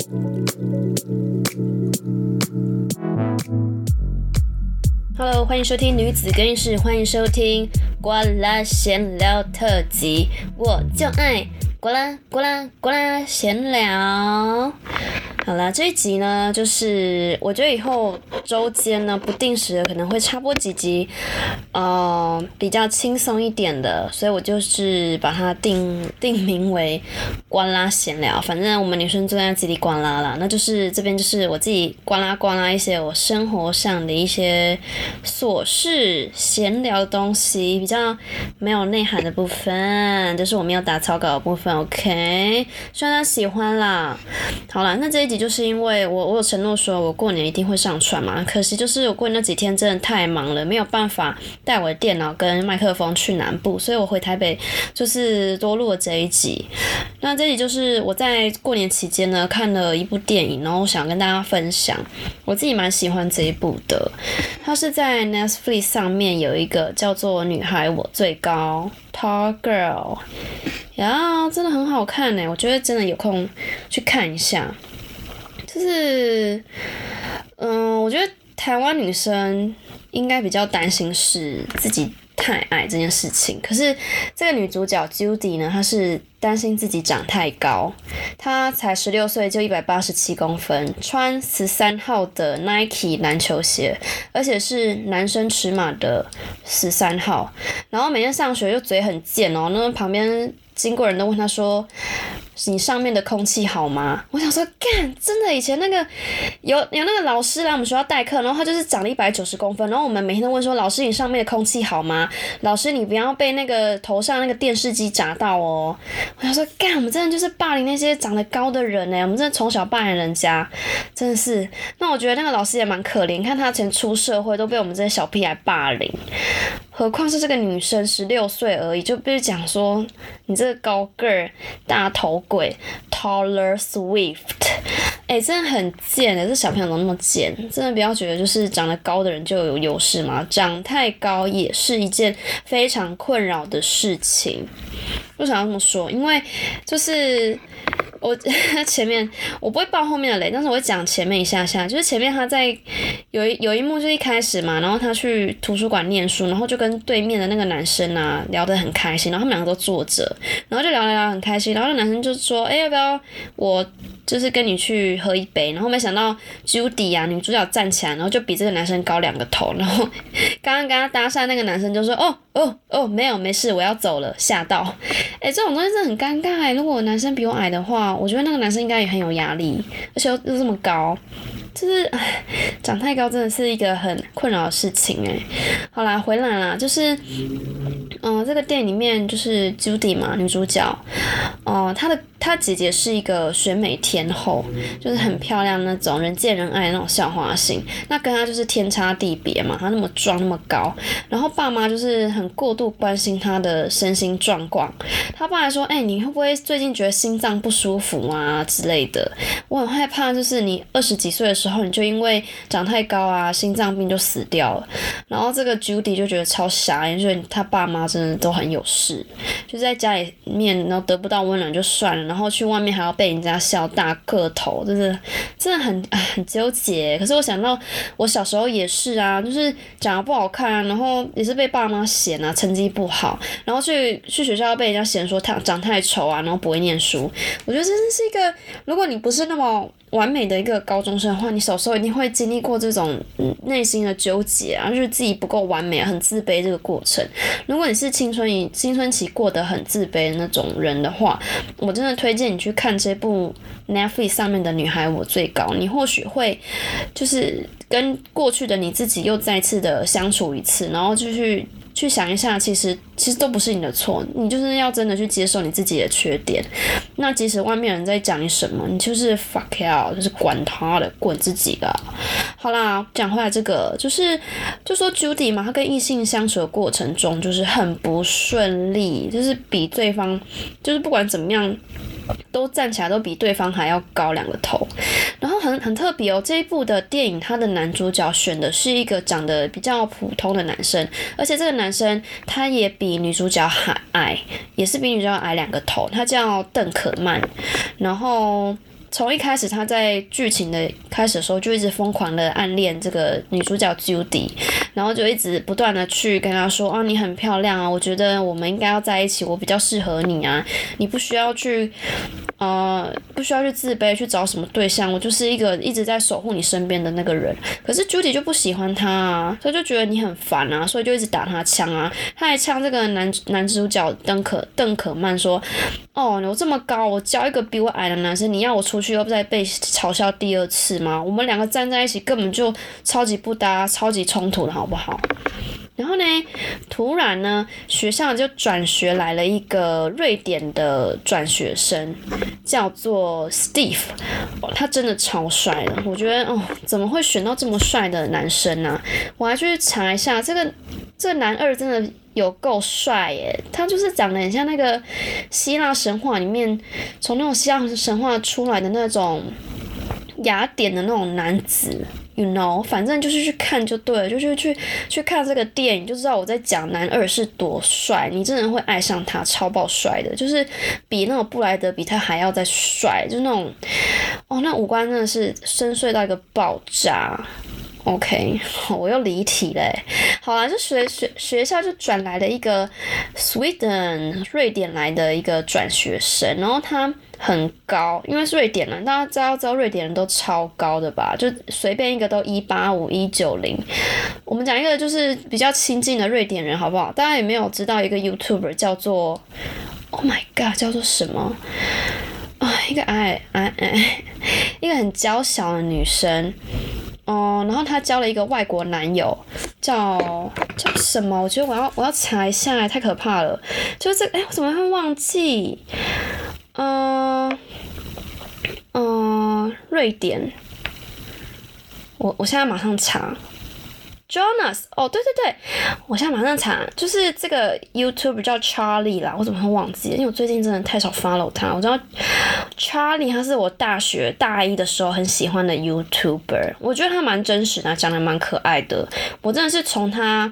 Hello， 欢迎收听女子更衣室，欢迎收听呱啦闲聊特辑，我就爱呱啦呱啦呱啦闲聊。好啦，这一集呢，就是我觉得以后周间呢不定时的可能会插播几集，比较轻松一点的，所以我就是把它定名为呱啦闲聊。反正我们女生最爱叽里呱啦啦，那就是这边就是我自己呱啦呱啦一些我生活上的一些琐事闲聊的东西，比较没有内涵的部分，就是我没有打草稿的部分。OK， 希望大家喜欢啦。好啦，那这一集就是因为我有承诺说我过年一定会上传嘛，可惜就是我过年那几天真的太忙了，没有办法带我的电脑跟麦克风去南部，所以我回台北就是多录了这一集。那这一集就是我在过年期间呢看了一部电影，然后想跟大家分享，我自己蛮喜欢这一部的。它是在 Netflix 上面有一个叫做《女孩我最高》Tall Girl， 呀，真的很好看耶，我觉得真的有空去看一下。就是我觉得台湾女生应该比较担心是自己太矮这件事情，可是这个女主角 Judy 呢，她是担心自己长太高，她才16岁就187公分，穿13号的 Nike 篮球鞋，而且是男生尺码的13号，然后每天上学就嘴很贱哦，那旁边经过人都问她说，你上面的空气好吗？我想说，干，真的以前那个有那个老师来我们学校代课，然后他就是长了190公分，然后我们每天都问说，老师你上面的空气好吗？老师你不要被那个头上那个电视机砸到哦。我想说，干，我们真的就是霸凌那些长得高的人耶，我们真的从小霸凌人家，真的是。那我觉得那个老师也蛮可怜，看他以前出社会都被我们这些小屁孩霸凌，何况是这个女生16岁而已，就被讲说你这个高个儿大头鬼 Taylor Swift， 真的很贱耶，这小朋友怎么那么贱？真的不要觉得就是长得高的人就有优势嘛，长太高也是一件非常困扰的事情。为什么要这么说？因为就是我前面我不会爆后面的雷，但是我会讲前面一下下。就是前面他在有一幕就一开始嘛，然后他去图书馆念书，然后就跟对面的那个男生啊聊得很开心，然后他们两个都坐着，然后就聊得很开心，然后那男生就说，要不要我就是跟你去喝一杯？然后没想到 Judy 啊，女主角站起来，然后就比这个男生高2个头，然后刚刚跟他搭讪那个男生就说，没有没事，我要走了，吓到。这种东西真的很尴尬耶，如果男生比我矮的话，我觉得那个男生应该也很有压力，而且又这么高，就是长太高真的是一个很困扰的事情耶。好啦，回来啦，就是这个电影里面就是 Judy 嘛，女主角，她姐姐是一个选美天后，就是很漂亮那种人见人爱的那种校花型，那跟她就是天差地别嘛，她那么壮那么高，然后爸妈就是很过度关心她的身心状况，她爸还说，你会不会最近觉得心脏不舒服啊之类的，我很害怕就是你20几岁的时候你就因为长太高啊心脏病就死掉了。然后这个 Judy 就觉得超傻眼，觉得他爸妈真的都很有事，就是在家里面然后得不到温暖就算了，然后去外面还要被人家笑大个头，真的很纠结。可是我想到我小时候也是啊，就是长得不好看啊，然后也是被爸妈嫌啊，成绩不好，然后去学校被人家嫌说长太丑啊，然后不会念书。我觉得真的是一个，如果你不是那么完美的一个高中生的话，你小时候一定会经历过这种内心的纠结啊，就是自己不够完美，很自卑这个过程。如果你是青春期过得很自卑的那种人的话，我真的推荐你去看这部 Netflix 上面的《女孩我最高》，你或许会就是跟过去的你自己又再次的相处一次，然后就去想一下，其实都不是你的错，你就是要真的去接受你自己的缺点。那即使外面人在讲你什么，你就是 fuck out， 就是管他的，滚自己的。好啦，讲回来这个，就说 Judy 嘛，她跟异性相处的过程中就是很不顺利，就是比对方，就是不管怎么样，都站起来都比对方还要高2个头。然后很特别哦，这一部的电影，他的男主角选的是一个长得比较普通的男生，而且这个男生他也比女主角还矮，也是比女主角矮2个头，他叫邓可曼。然后从一开始他在剧情的开始的时候就一直疯狂的暗恋这个女主角 Judy， 然后就一直不断的去跟她说啊，你很漂亮啊，我觉得我们应该要在一起，我比较适合你啊，你不需要去自卑去找什么对象，我就是一个一直在守护你身边的那个人。可是 Judy 就不喜欢他啊，他就觉得你很烦啊，所以就一直打他枪啊。他还呛这个男主角邓可曼说：“哦，我这么高，我交一个比我矮的男生，你要我出去又再被嘲笑第二次吗？我们两个站在一起根本就超级不搭，超级冲突的好不好？”然后呢，突然呢，学校就转学来了一个瑞典的转学生，叫做 Steve，他真的超帅的，我觉得怎么会选到这么帅的男生啊？我还去查一下，这个男二真的有够帅耶，他就是长得很像那个希腊神话里面，从那种希腊神话出来的那种雅典的那种男子。You know， 反正就是去看就对了，就是去看这个电影就知道我在讲男二是多帅，你真的会爱上他，超爆帅的，就是比那种布莱德比他还要再帅，就是那种那五官真的是深邃到一个爆炸。OK， 我又离题了。好啦，就学校就转来了一个 Sweden 瑞典来的一个转学生，然后他很高，因为是瑞典人，大家知道瑞典人都超高的吧？就随便一个都185、190。我们讲一个就是比较亲近的瑞典人好不好？大家有没有知道一个 YouTuber 叫做 Oh my God， 叫做什么？一个一个很娇小的女生。然后她交了一个外国男友，叫什么？我觉得我要查一下，太可怕了。就是我怎么会忘记？瑞典，我现在马上查。Jonas， 对，我现在马上查，就是这个 YouTuber 叫 Charlie 啦，我怎么会忘记？因为我最近真的太少 follow 他。我知道 Charlie 他是我大学大一的时候很喜欢的 YouTuber， 我觉得他蛮真实的，讲得蛮可爱的。我真的是从他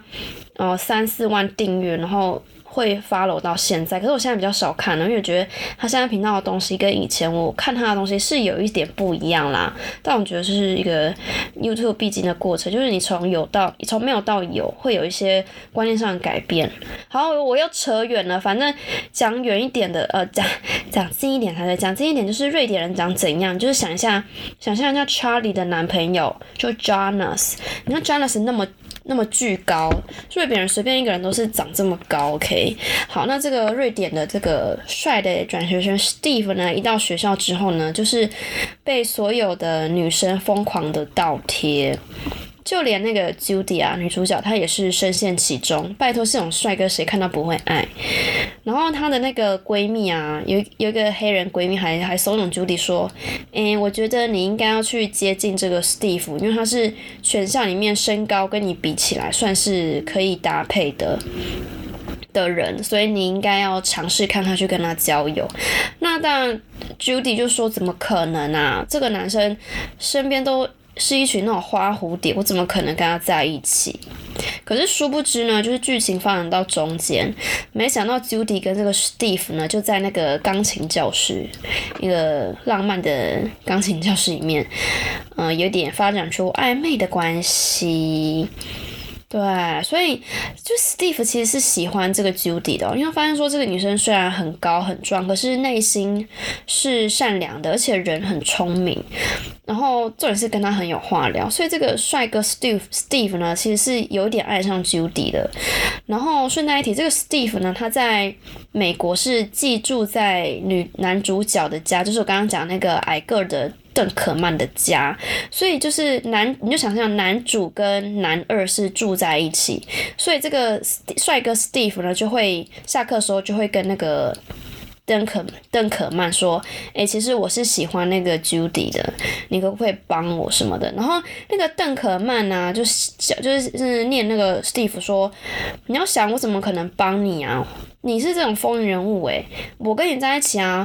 3-4万订阅，然后会 follow 到现在，可是我现在比较少看了，因为我觉得他现在频道的东西跟以前我看他的东西是有一点不一样啦。但我觉得这是一个 YouTube 必经的过程，就是你从没有到有，会有一些观念上的改变。好，我又扯远了，反正讲远一点的，讲近一点才对，讲近一点就是瑞典人长怎样，就是想象一下 Charlie 的男朋友就 Jonas， 你看 Jonas 那么巨高，瑞典人随便一个人都是长这么高 ，OK。好，那这个瑞典的这个帅的转学生 Steve 呢，一到学校之后呢，就是被所有的女生疯狂的倒贴。就连那个 Judy 啊，女主角她也是深陷其中。拜托，这种帅哥谁看到不会爱？然后她的那个闺蜜啊，有一个黑人闺蜜还怂恿 Judy 说，我觉得你应该要去接近这个 Steve， 因为他是全校里面身高跟你比起来算是可以搭配的人，所以你应该要尝试看他去跟他交友。那当然 Judy 就说怎么可能啊？这个男生身边都是一群那种花蝴蝶，我怎么可能跟他在一起？可是殊不知呢，就是剧情发展到中间，没想到 Judy 跟这个 Steve 呢，就在那个钢琴教室，一个浪漫的钢琴教室里面，有点发展出暧昧的关系。对，所以就 Steve 其实是喜欢这个 Judy 的因为发现说这个女生虽然很高很壮，可是内心是善良的，而且人很聪明，然后重点是跟他很有话聊，所以这个帅哥 Steve 呢，其实是有点爱上 Judy 的。然后顺带一提，这个 Steve 呢，他在美国是寄住在男主角的家，就是我刚刚讲那个矮个的邓可曼的家，所以就是你就想象男主跟男二是住在一起，所以这个帅哥 Steve 呢，就会下课的时候就会跟那个邓可曼说，其实我是喜欢那个 Judy 的，你可不可以帮我什么的？然后那个邓可曼啊，就是念那个 Steve 说，你要想我怎么可能帮你啊？你是这种风云人物我跟你在一起啊。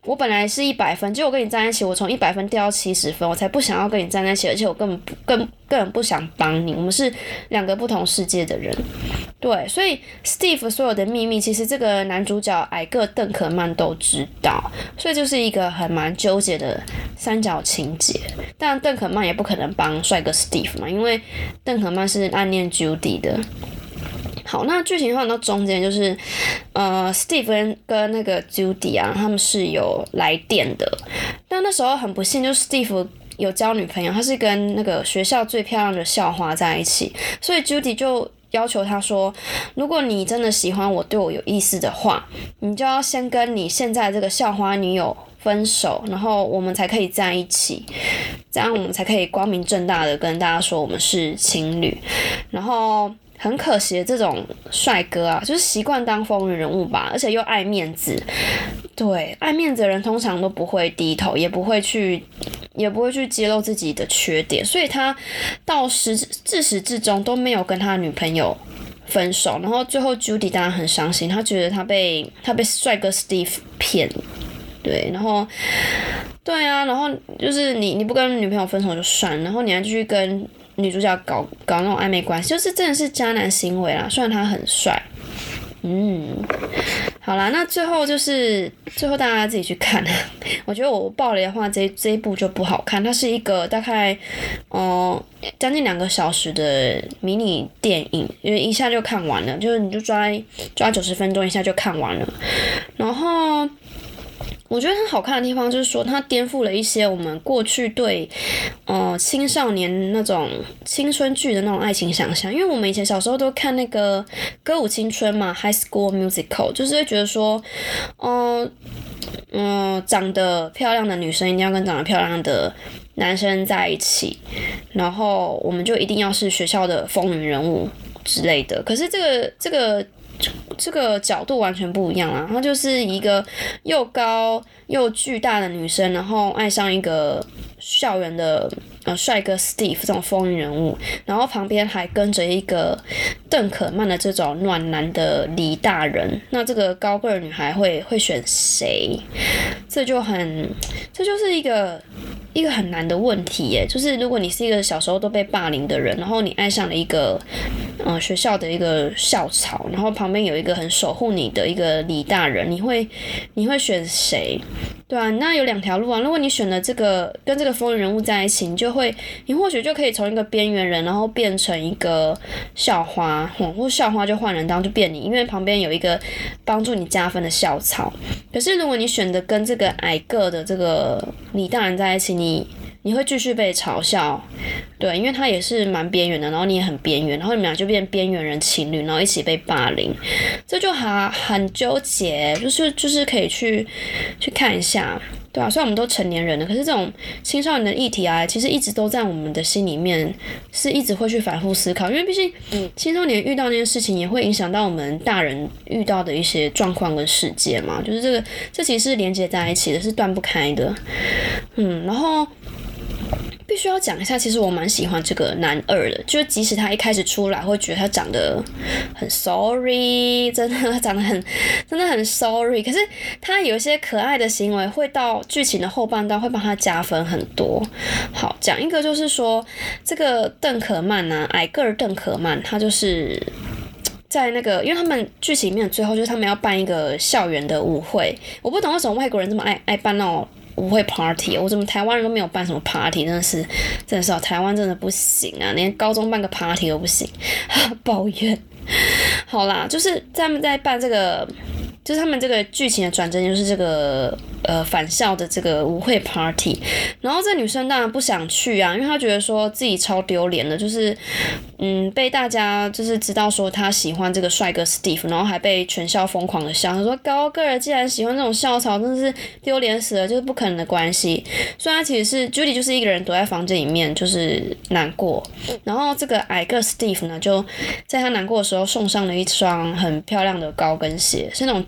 我本来是100分，结果我跟你在一起，我从100分掉到70分，我才不想要跟你站在一起，而且我根本不想帮你，我们是2个不同世界的人。对，所以 Steve 所有的秘密，其实这个男主角矮个邓可曼都知道，所以就是一个很蛮纠结的三角情节。当然，邓可曼也不可能帮帅哥 Steve 嘛，因为邓可曼是暗恋 Judy 的。好，那剧情放到中间就是，Steve 跟那个 Judy 啊，他们是有来电的。但那时候很不幸，就是 Steve 有交女朋友，他是跟那个学校最漂亮的校花在一起，所以 Judy 就要求他说，如果你真的喜欢我，对我有意思的话，你就要先跟你现在这个校花女友分手，然后我们才可以在一起，这样我们才可以光明正大的跟大家说我们是情侣。然后很可惜的这种帅哥啊，就是习惯当风云人物吧，而且又爱面子。对，爱面子的人通常都不会低头，也不会去揭露自己的缺点，所以他自始至终都没有跟他女朋友分手。然后最后 Judy 当然很伤心，他觉得他被帅哥 Steve 骗。对，然后对啊，然后就是你不跟女朋友分手就算，然后你还继续跟女主角搞那种暧昧关系，就是真的是渣男行为啦。虽然他很帅，好啦，那最后大家自己去看。我觉得我爆雷的话，这一部就不好看。它是一个大概将近2个小时的迷你电影，因为一下就看完了，就是你就抓90分钟一下就看完了。然后我觉得它好看的地方就是说，它颠覆了一些我们过去对青少年那种青春剧的那种爱情想象。因为我们以前小时候都看那个歌舞青春嘛 ，High School Musical， 就是会觉得说，长得漂亮的女生一定要跟长得漂亮的男生在一起，然后我们就一定要是学校的风云人物之类的。可是这个角度完全不一样啊！她就是一个又高又巨大的女生，然后爱上一个校园的帅哥 Steve 这种风云人物，然后旁边还跟着一个邓可曼的这种暖男的李大人。那这个高个儿女孩会选谁？这就是一个很难的问题耶。就是如果你是一个小时候都被霸凌的人，然后你爱上了一个学校的一个校草，然后旁边有一个很守护你的一个李大人，你会选谁？对啊，那有2条路啊。如果你选了跟这个风云人物在一起，你或许就可以从一个边缘人，然后变成一个校花，或校花就换人当就变你，因为旁边有一个帮助你加分的校草。可是如果你选的跟这个矮个的这个李大人在一起，你会继续被嘲笑，对，因为他也是蛮边缘的，然后你也很边缘，然后你们俩就变边缘人情侣，然后一起被霸凌，这就很纠结，就是可以去看一下，对啊，虽然我们都成年人了，可是这种青少年的议题啊，其实一直都在我们的心里面，是一直会去反复思考，因为毕竟青少年遇到那件事情，也会影响到我们大人遇到的一些状况跟事件嘛，就是这其实是连接在一起的，是断不开的，然后必须要讲一下，其实我蛮喜欢这个男二的，就是即使他一开始出来会觉得他长得很 sorry， 真的很 sorry， 可是他有一些可爱的行为会到剧情的后半段会帮他加分很多。好，讲一个就是说，这个邓可曼啊，矮个儿邓可曼，他就是在那个，因为他们剧情里面最后就是他们要办一个校园的舞会，我不懂为什么外国人这么爱办那种舞会 party， 我怎么台湾人都没有办什么 party， 真的是台湾真的不行啊，连高中办个 party 都不行，抱怨。好啦，就是他们在办这个，就是他们这个剧情的转折就是这个返校的这个舞会 party， 然后这女生当然不想去啊，因为她觉得说自己超丢脸的，就是被大家就是知道说她喜欢这个帅哥 Steve， 然后还被全校疯狂的笑，她说高个儿既然喜欢这种校草，真的是丢脸死了，就是不可能的关系。所以她其实是 Judy 就是一个人躲在房间里面就是难过，然后这个矮个 Steve 呢就在她难过的时候送上了一双很漂亮的高跟鞋，是那种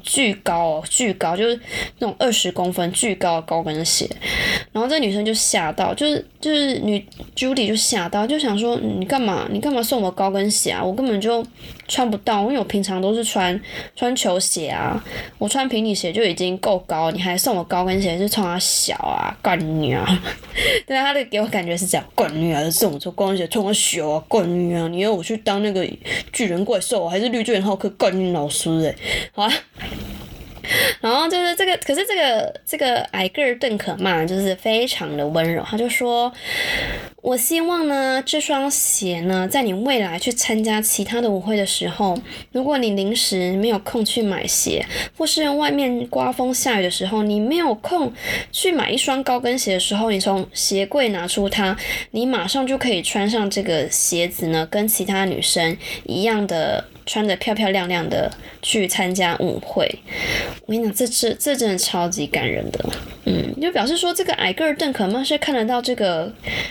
巨高，就是那种20公分巨高的高跟鞋。然后这女生就吓到，就是女 Judy 就吓到，就想说你干嘛送我高跟鞋啊？我根本就穿不到，因为我平常都是穿球鞋啊，我穿平底鞋就已经够高，你还送我高跟鞋，是冲他小啊，干你啊！对啊，他的给我感觉是这样，干你啊！送我高跟鞋冲他小啊，干你啊！你要我去当那个巨人怪兽，还是绿巨人浩克？干你老师好啊。然后就是可是这个矮个儿邓可曼就是非常的温柔，他就说：“我希望呢，这双鞋呢，在你未来去参加其他的舞会的时候，如果你临时没有空去买鞋，或是外面刮风下雨的时候，你没有空去买一双高跟鞋的时候，你从鞋柜拿出它，你马上就可以穿上这个鞋子呢，跟其他女生一样的。”穿得漂漂亮亮的去参加舞会，我跟你讲，这真的超级感人的，就表示说这个矮个儿邓可曼是看得到这个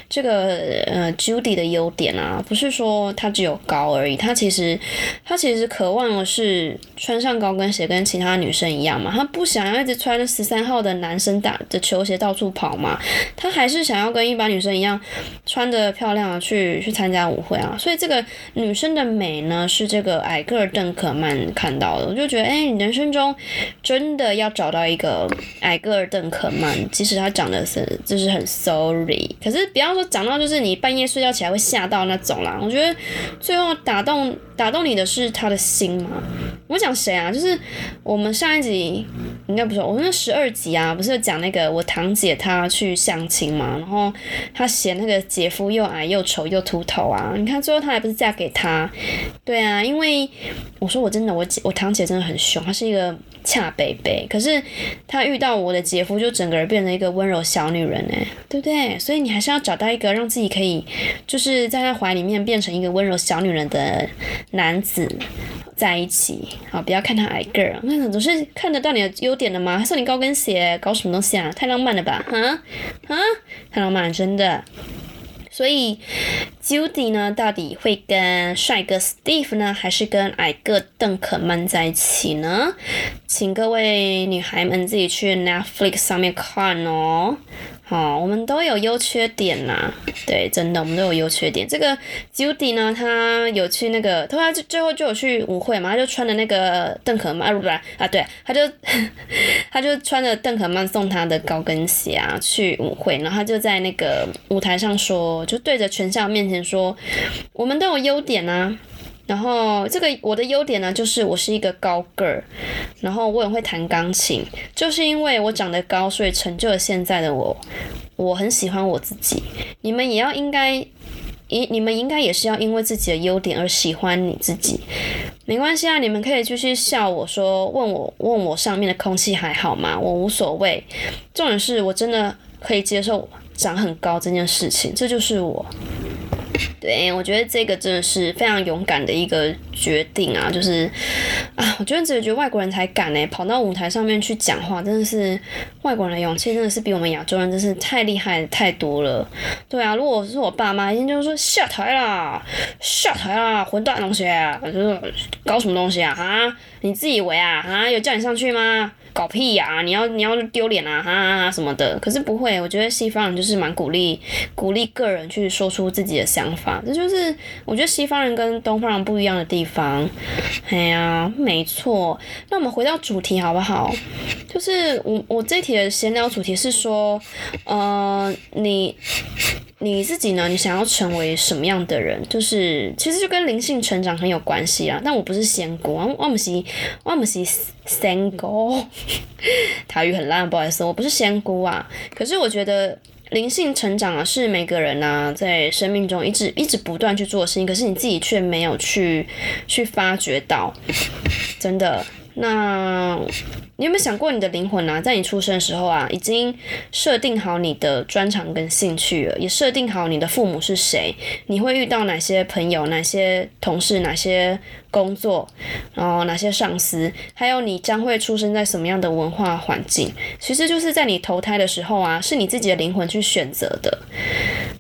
Judy 的优点啊，不是说他只有高而已，他其实渴望的是穿上高跟鞋跟其他女生一样嘛，他不想要一直穿13号的男生的球鞋到处跑嘛，他还是想要跟一般女生一样穿得漂亮的去参加舞会啊，所以这个女生的美呢是这个矮个儿邓可曼看到的，我就觉得你人生中真的要找到一个矮个儿邓可曼，即使他长得就是很 sorry， 可是不要说长到就是你半夜睡觉起来会吓到那种啦，我觉得最后打动你的是他的心嘛。我讲谁啊？就是我们上一集应该不是我们那12集啊，不是讲那个我堂姐她去相亲嘛，然后她嫌那个姐夫又矮又丑又秃头啊，你看最后她还不是嫁给他？对啊，因为我说我堂姐真的很凶，她是一个恰北北，可是她遇到我的姐夫就整个人变成一个温柔小女人对不对？所以你还是要找到一个让自己可以就是在她怀里面变成一个温柔小女人的男子在一起，好，不要看他矮个儿，那种总是看得到你的优点的吗？还送你高跟鞋，搞什么东西啊？太浪漫了吧？太浪漫了，真的。所以 Judy 呢，到底会跟帅哥 Steve 呢，还是跟矮个邓可曼在一起呢？请各位女孩们自己去 Netflix 上面看哦。好，我们都有优缺点啦，对，真的，我们都有优缺点。这个 Judy 呢，他有去那个，他最后就有去舞会嘛，他就穿的那个邓可曼对，他就穿着邓可曼送他的高跟鞋啊去舞会，然后他就在那个舞台上说，就对着全校面前说，我们都有优点啊。然后这个我的优点呢，就是我是一个高个儿，然后我也会弹钢琴，就是因为我长得高，所以成就了现在的我。我很喜欢我自己，你们应该也是要因为自己的优点而喜欢你自己。没关系啊，你们可以继续笑我说，问我上面的空气还好吗？我无所谓，重点是我真的可以接受长很高这件事情，这就是我。对，我觉得这个真的是非常勇敢的一个决定啊！就是我觉得外国人才敢跑到舞台上面去讲话，真的是外国人的勇气真的是比我们亚洲人真是太厉害太多了。对啊，如果是我爸妈，一定就是说下台啦，混蛋东西就是搞什么东西啊？你自以为有叫你上去吗？搞屁呀！你要丢脸啊什么的，可是不会，我觉得西方人就是蛮鼓励个人去说出自己的想法，这就是我觉得西方人跟东方人不一样的地方。没错。那我们回到主题好不好？就是我这一题的闲聊主题是说，你自己呢？你想要成为什么样的人？就是其实就跟灵性成长很有关系啊。但我不是仙姑，我不是仙姑，台语很烂，不好意思，我不是仙姑啊。可是我觉得灵性成长是每个人在生命中一直不断去做的事情，可是你自己却没有去发掘到，真的。那你有没有想过，你的灵魂在你出生的时候已经设定好你的专长跟兴趣了，也设定好你的父母是谁，你会遇到哪些朋友、哪些同事、哪些工作，然后哪些上司，还有你将会出生在什么样的文化环境，其实就是在你投胎的时候是你自己的灵魂去选择的。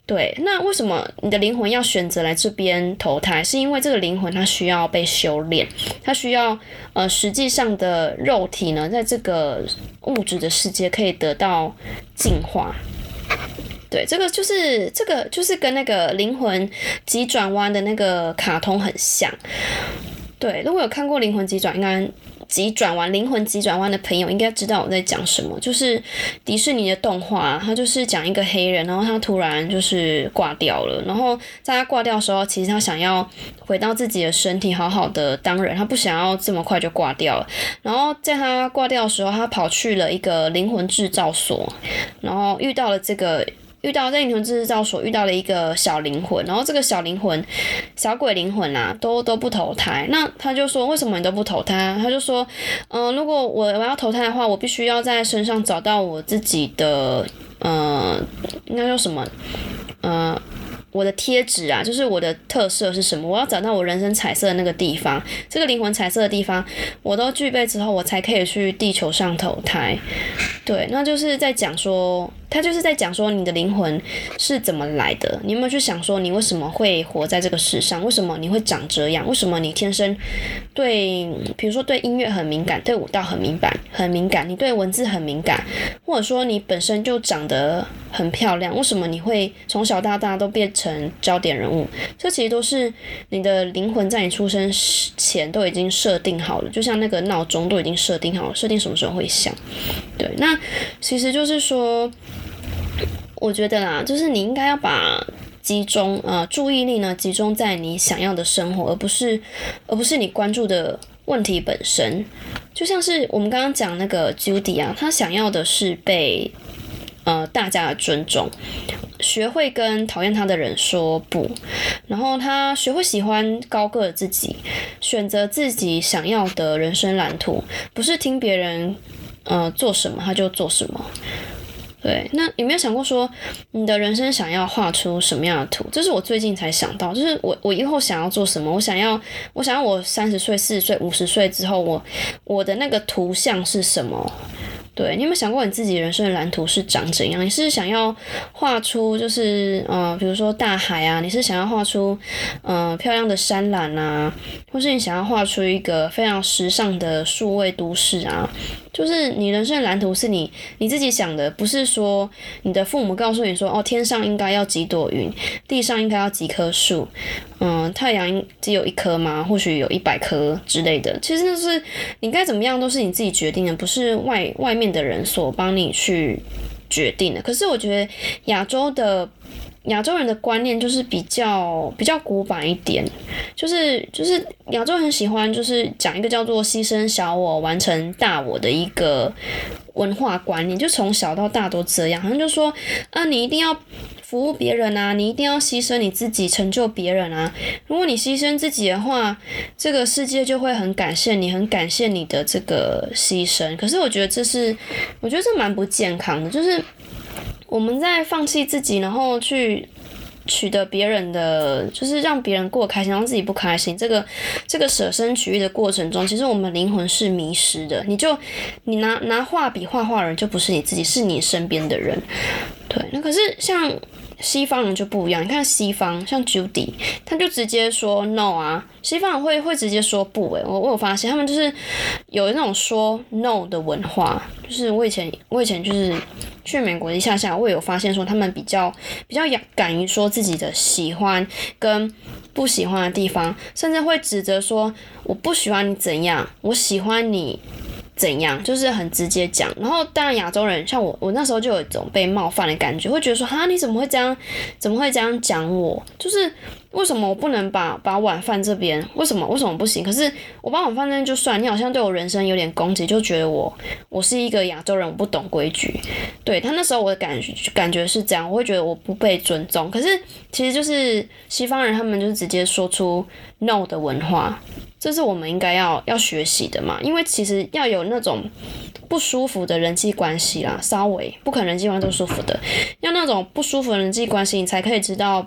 对，那为什么你的灵魂要选择来这边投胎？是因为这个灵魂它需要被修炼，它需要实际上的肉体呢，在这个物质的世界可以得到净化。对，这个就是跟那个灵魂急转弯的那个卡通很像。对，如果有看过灵魂急转弯灵魂急转弯的朋友应该知道我在讲什么，就是迪士尼的动画，它就是讲一个黑人，然后他突然就是挂掉了，然后在他挂掉的时候，其实他想要回到自己的身体，好好的当人，他不想要这么快就挂掉了。然后在他挂掉的时候，他跑去了一个灵魂制造所，然后在灵魂制造所遇到了一个小灵魂，然后这个小鬼灵魂啊，都不投胎。那他就说，为什么你都不投胎？他就说，如果我要投胎的话，我必须要在身上找到我自己的，应该说什么，我的贴纸啊，就是我的特色是什么？我要找到我人生彩色的那个地方，这个灵魂彩色的地方，我都具备之后，我才可以去地球上投胎。对，那就是在讲说，他就是在讲说你的灵魂是怎么来的。你有没有去想说，你为什么会活在这个世上？为什么你会长这样？为什么你天生比如说对音乐很敏感，对舞蹈很敏感，你对文字很敏感，或者说你本身就长得很漂亮，为什么你会从小到大都变成焦点人物？这其实都是你的灵魂在你出生前都已经设定好了，就像那个闹钟都已经设定好了，设定什么时候会响。对，那其实就是说，我觉得啦，就是你应该要把注意力呢集中在你想要的生活，而不是你关注的问题本身。就像是我们刚刚讲那个 Judy 啊，他想要的是被大家的尊重，学会跟讨厌他的人说不，然后他学会喜欢高个的自己，选择自己想要的人生蓝图，不是听别人做什么他就做什么。对，那有没有想过说，你的人生想要画出什么样的图？这是我最近才想到，就是我以后想要做什么，我想要我30岁、40岁、50岁之后，我的那个图像是什么？对，你有没有想过你自己人生的蓝图是长怎样？你是想要画出就是比如说大海啊，你是想要画出漂亮的山岚啊，或是你想要画出一个非常时尚的数位都市啊？就是你人生的蓝图是你自己想的，不是说你的父母告诉你说，天上应该要几朵云，地上应该要几棵树，太阳只有1颗吗？或许有100颗之类的。其实那是你该怎么样都是你自己决定的，不是外面的人所帮你去决定的。可是我觉得亚洲人的观念就是比较古板一点，就是亚洲人很喜欢就是讲一个叫做牺牲小我完成大我的一个文化观念，就从小到大都这样，好像就说你一定要服务别人啊，你一定要牺牲你自己成就别人啊，如果你牺牲自己的话，这个世界就会很感谢你，很感谢你的这个牺牲。可是我觉得这蛮不健康的，就是我们在放弃自己，然后去取得别人的，就是让别人过得开心，让自己不开心。这个舍身取义的过程中，其实我们灵魂是迷失的。你拿画笔画画的人就不是你自己，是你身边的人。对，那可是像西方人就不一样。你看西方像 Judy， 他就直接说 no 啊。西方人会直接说不我有发现他们就是有那种说 no 的文化，就是我以前就是去美国一下，我也有发现说他们比较敢于说自己的喜欢跟不喜欢的地方，甚至会指责说我不喜欢你怎样，我喜欢你怎样，就是很直接讲。然后当然亚洲人像我那时候就有一种被冒犯的感觉，会觉得说你怎么会这样讲我，就是为什么我不能把晚饭这边为什么不行？可是我把晚饭那边就算，你好像对我人生有点攻击，就觉得我是一个亚洲人，我不懂规矩。对，他那时候我的感觉是这样，我会觉得我不被尊重。可是其实就是西方人他们就是直接说出 no 的文化，这是我们应该要学习的嘛，因为其实要有那种不舒服的人际关系啦，稍微不可能人际关系都舒服的，要那种不舒服的人际关系，你才可以知道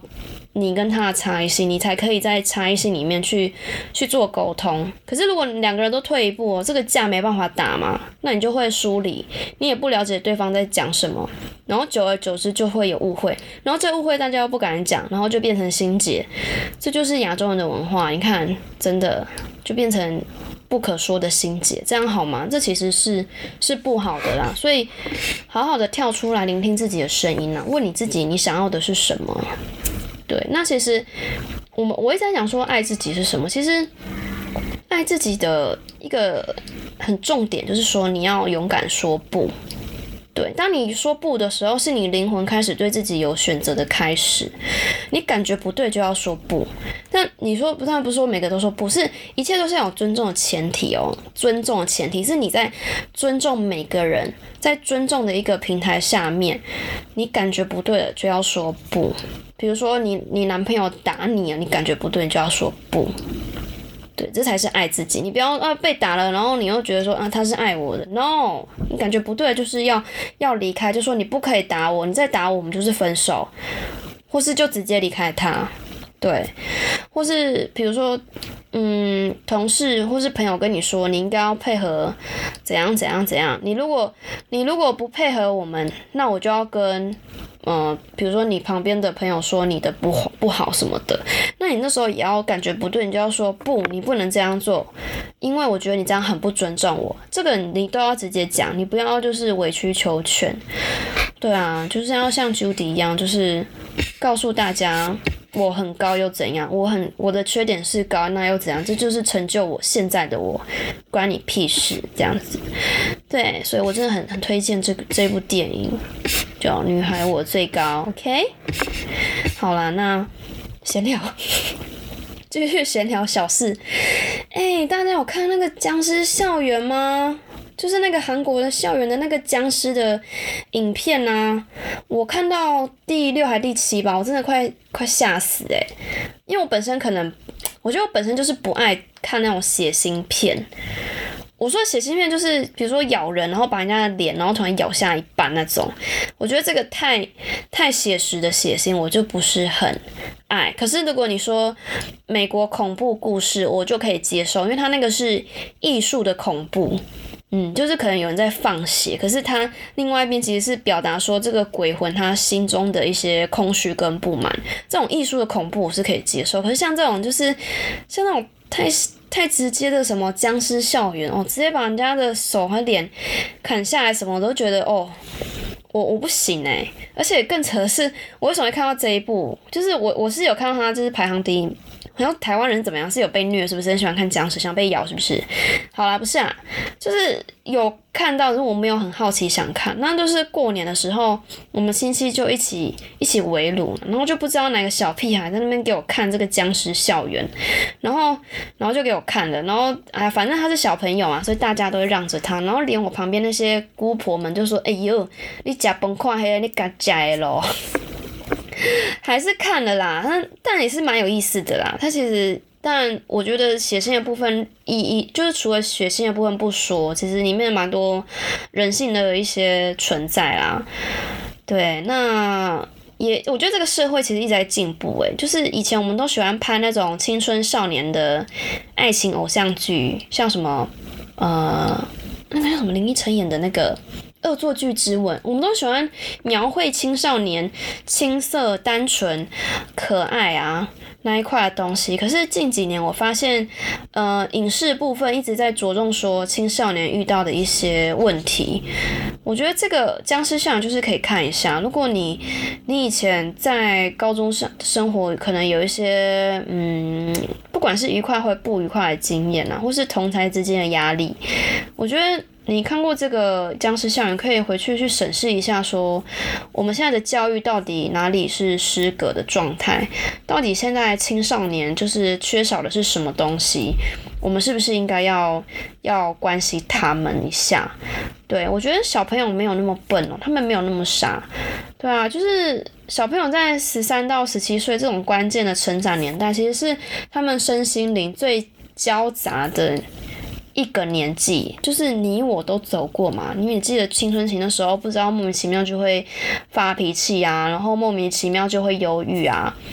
你跟他的差异性，你才可以在差异性里面去做沟通。可是如果两个人都退一步这个架没办法打嘛，那你就会疏离，你也不了解对方在讲什么，然后久而久之就会有误会，然后这误会大家又不敢讲，然后就变成心结。这就是亚洲人的文化，你看真的就变成不可说的心结，这样好吗？这其实是不好的啦。所以好好的跳出来聆听自己的声音啊，问你自己你想要的是什么。对，那其实我一直在讲说爱自己是什么，其实爱自己的一个很重点就是说你要勇敢说不。对，当你说不的时候，是你灵魂开始对自己有选择的开始。你感觉不对就要说不。但你说当然不是说每个都说不，是一切都是要有尊重的前提哦。尊重的前提是你在尊重每个人，在尊重的一个平台下面，你感觉不对了就要说不。比如说你男朋友打你啊，你感觉不对你就要说不。对，这才是爱自己。你不要被打了，然后你又觉得说他是爱我的 ，no， 你感觉不对，就是要离开，就说你不可以打我，你再打我们就是分手，或是就直接离开他，对，或是比如说同事或是朋友跟你说你应该要配合怎样怎样怎样，你如果不配合我们，那我就要跟比如说你旁边的朋友说你的不好什么的，那你那时候也要感觉不对，你就要说不，你不能这样做，因为我觉得你这样很不尊重我，这个你都要直接讲，你不要就是委曲求全。对啊，就是要像 Judy 一样，就是告诉大家我很高又怎样，我的缺点是高，那又怎样，这就是成就我现在的我，关你屁事这样子。对，所以我真的很推荐这部电影叫《女孩我最高》 OK。 好啦，那闲聊继续闲聊小事。大家有看那个僵尸校园吗？就是那个韩国的校园的那个僵尸的影片啊，我看到第6还第7吧，我真的快吓死因为我本身我觉得我本身就是不爱看那种血腥片。我说血腥片就是比如说咬人，然后把人家的脸然后突然咬下一半那种，我觉得这个太写实的血腥我就不是很爱。可是如果你说美国恐怖故事，我就可以接受，因为它那个是艺术的恐怖。就是可能有人在放血，可是他另外一边其实是表达说这个鬼魂他心中的一些空虚跟不满，这种艺术的恐怖我是可以接受。可是像这种就是像那种太直接的什么僵尸校园直接把人家的手和脸砍下来什么，我都觉得我不行而且更扯的是，我为什么会看到这一部，就是我是有看到他就是排行第1。然后台湾人怎么样？是有被虐是不是？很喜欢看僵尸，想被咬是不是？好啦，不是啊，就是有看到，但是我没有很好奇想看。那就是过年的时候，我们亲戚就一起围炉，然后就不知道哪个小屁孩在那边给我看这个僵尸校园，然后就给我看了，然后反正他是小朋友嘛，所以大家都会让着他，然后连我旁边那些姑婆们就说：“哎呦，你吃崩看黑，你敢吃的咯。”还是看了啦，但也是蛮有意思的啦。它其实，但我觉得血腥的部分就是除了血腥的部分不说，其实里面蛮多人性的一些存在啦。对，那我觉得这个社会其实一直在进步就是以前我们都喜欢拍那种青春少年的爱情偶像剧，像什么那个叫什么林依晨演的那个恶作剧之吻，我们都喜欢描绘青少年青涩单纯可爱那一块的东西。可是近几年我发现影视部分一直在着重说青少年遇到的一些问题。我觉得这个僵尸校园就是可以看一下，如果你以前在高中生活可能有一些不管是愉快或不愉快的经验或是同侪之间的压力，我觉得你看过这个僵尸校园，可以回去审视一下说我们现在的教育到底哪里是失格的状态，到底现在青少年就是缺少的是什么东西，我们是不是应该要关心他们一下。对，我觉得小朋友没有那么笨他们没有那么傻。对啊，就是小朋友在13到17岁这种关键的成长年代，其实是他们身心灵最交杂的一个年纪，就是你我都走过嘛。你也记得青春期的时候，不知道莫名其妙就会发脾气然后莫名其妙就会忧郁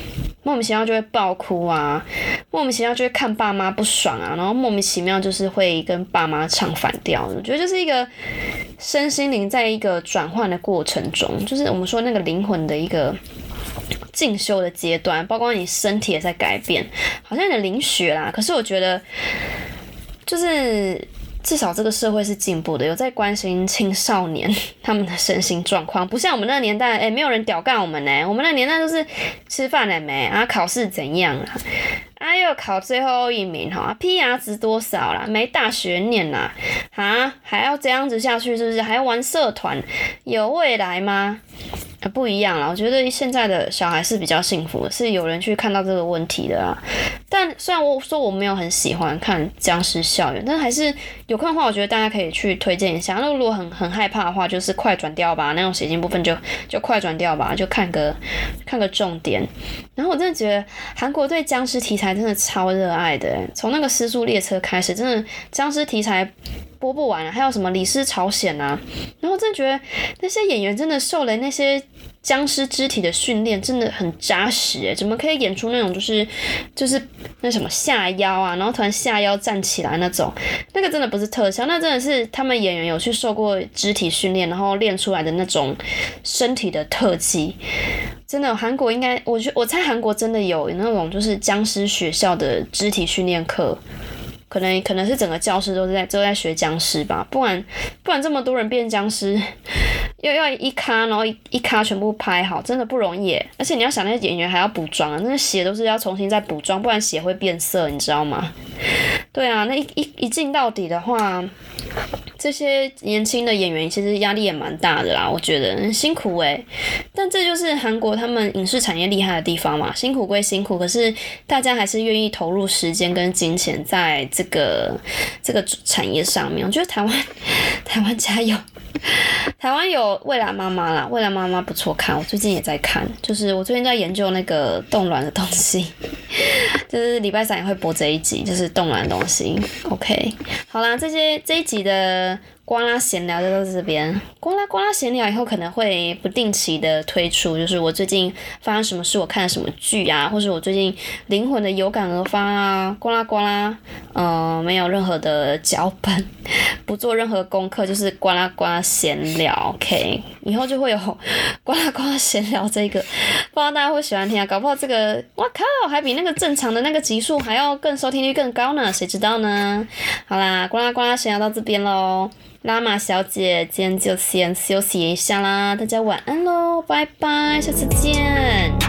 莫名其妙就会爆哭啊，莫名其妙就会看爸妈不爽啊，然后莫名其妙就是会跟爸妈唱反调。我觉得就是一个身心灵在一个转换的过程中，就是我们说那个灵魂的一个进修的阶段，包括你身体也在改变，好像你的灵学啦。可是我觉得，就是至少这个社会是进步的，有在关心青少年他们的身心状况，不像我们那个年代，没有人屌干我们呢。我们那个年代都是吃饭了没啊，考试怎样啊？又考最后一名哈，PR 值多少啦？没大学念啦，还要这样子下去是不是？还要玩社团，有未来吗？不一样啦，我觉得现在的小孩是比较幸福的，是有人去看到这个问题的啦。但虽然我说我没有很喜欢看《僵尸校园》，但还是有看的话，我觉得大家可以去推荐一下。那如果很害怕的话，就是快转掉吧，那种血腥部分就快转掉吧，就看个重点。然后我真的觉得韩国对僵尸题材真的超热爱的，从那个失速列车开始，真的僵尸题材播不完，还有什么李尸朝鲜啊，然后我真的觉得那些演员真的受了那些僵尸肢体的训练真的很扎实怎么可以演出那种就是那什么下腰啊，然后突然下腰站起来那种，那个真的不是特效，那真的是他们演员有去受过肢体训练，然后练出来的那种身体的特技。真的，韩国应该，我猜韩国真的有那种就是僵尸学校的肢体训练课。可能是整个教室都在学僵尸吧，不然这么多人变僵尸，又要一咖，然后一咖全部拍好，真的不容易耶。而且你要想那些演员还要补妆啊，那血都是要重新再补妆，不然血会变色，你知道吗？对啊，那一镜到底的话，这些年轻的演员其实压力也蛮大的啦，我觉得很辛苦但这就是韩国他们影视产业厉害的地方嘛，辛苦归辛苦，可是大家还是愿意投入时间跟金钱在这个产业上面。我觉得台湾加油，台湾有未来妈妈啦，未来妈妈不错看，我最近也在看，就是我最近在研究那个冻卵的东西，就是礼拜3也会播这一集，就是冻卵的东西。OK， 好啦，这一集的呱啦闲聊就到这边，呱啦闲聊以后可能会不定期的推出，就是我最近发生什么事，我看了什么剧啊，或是我最近灵魂的有感而发啊，呱啦，没有任何的脚本，不做任何功课，就是呱啦闲聊 ，OK， 以后就会有呱啦闲聊这个，不知道大家会喜欢听啊，搞不好这个，哇靠，还比那个正常的那个集数还要更收听率更高呢，谁知道呢？好啦，呱啦闲聊到这边咯。拉玛小姐今天就先休息一下啦，大家晚安咯，拜拜，下次见。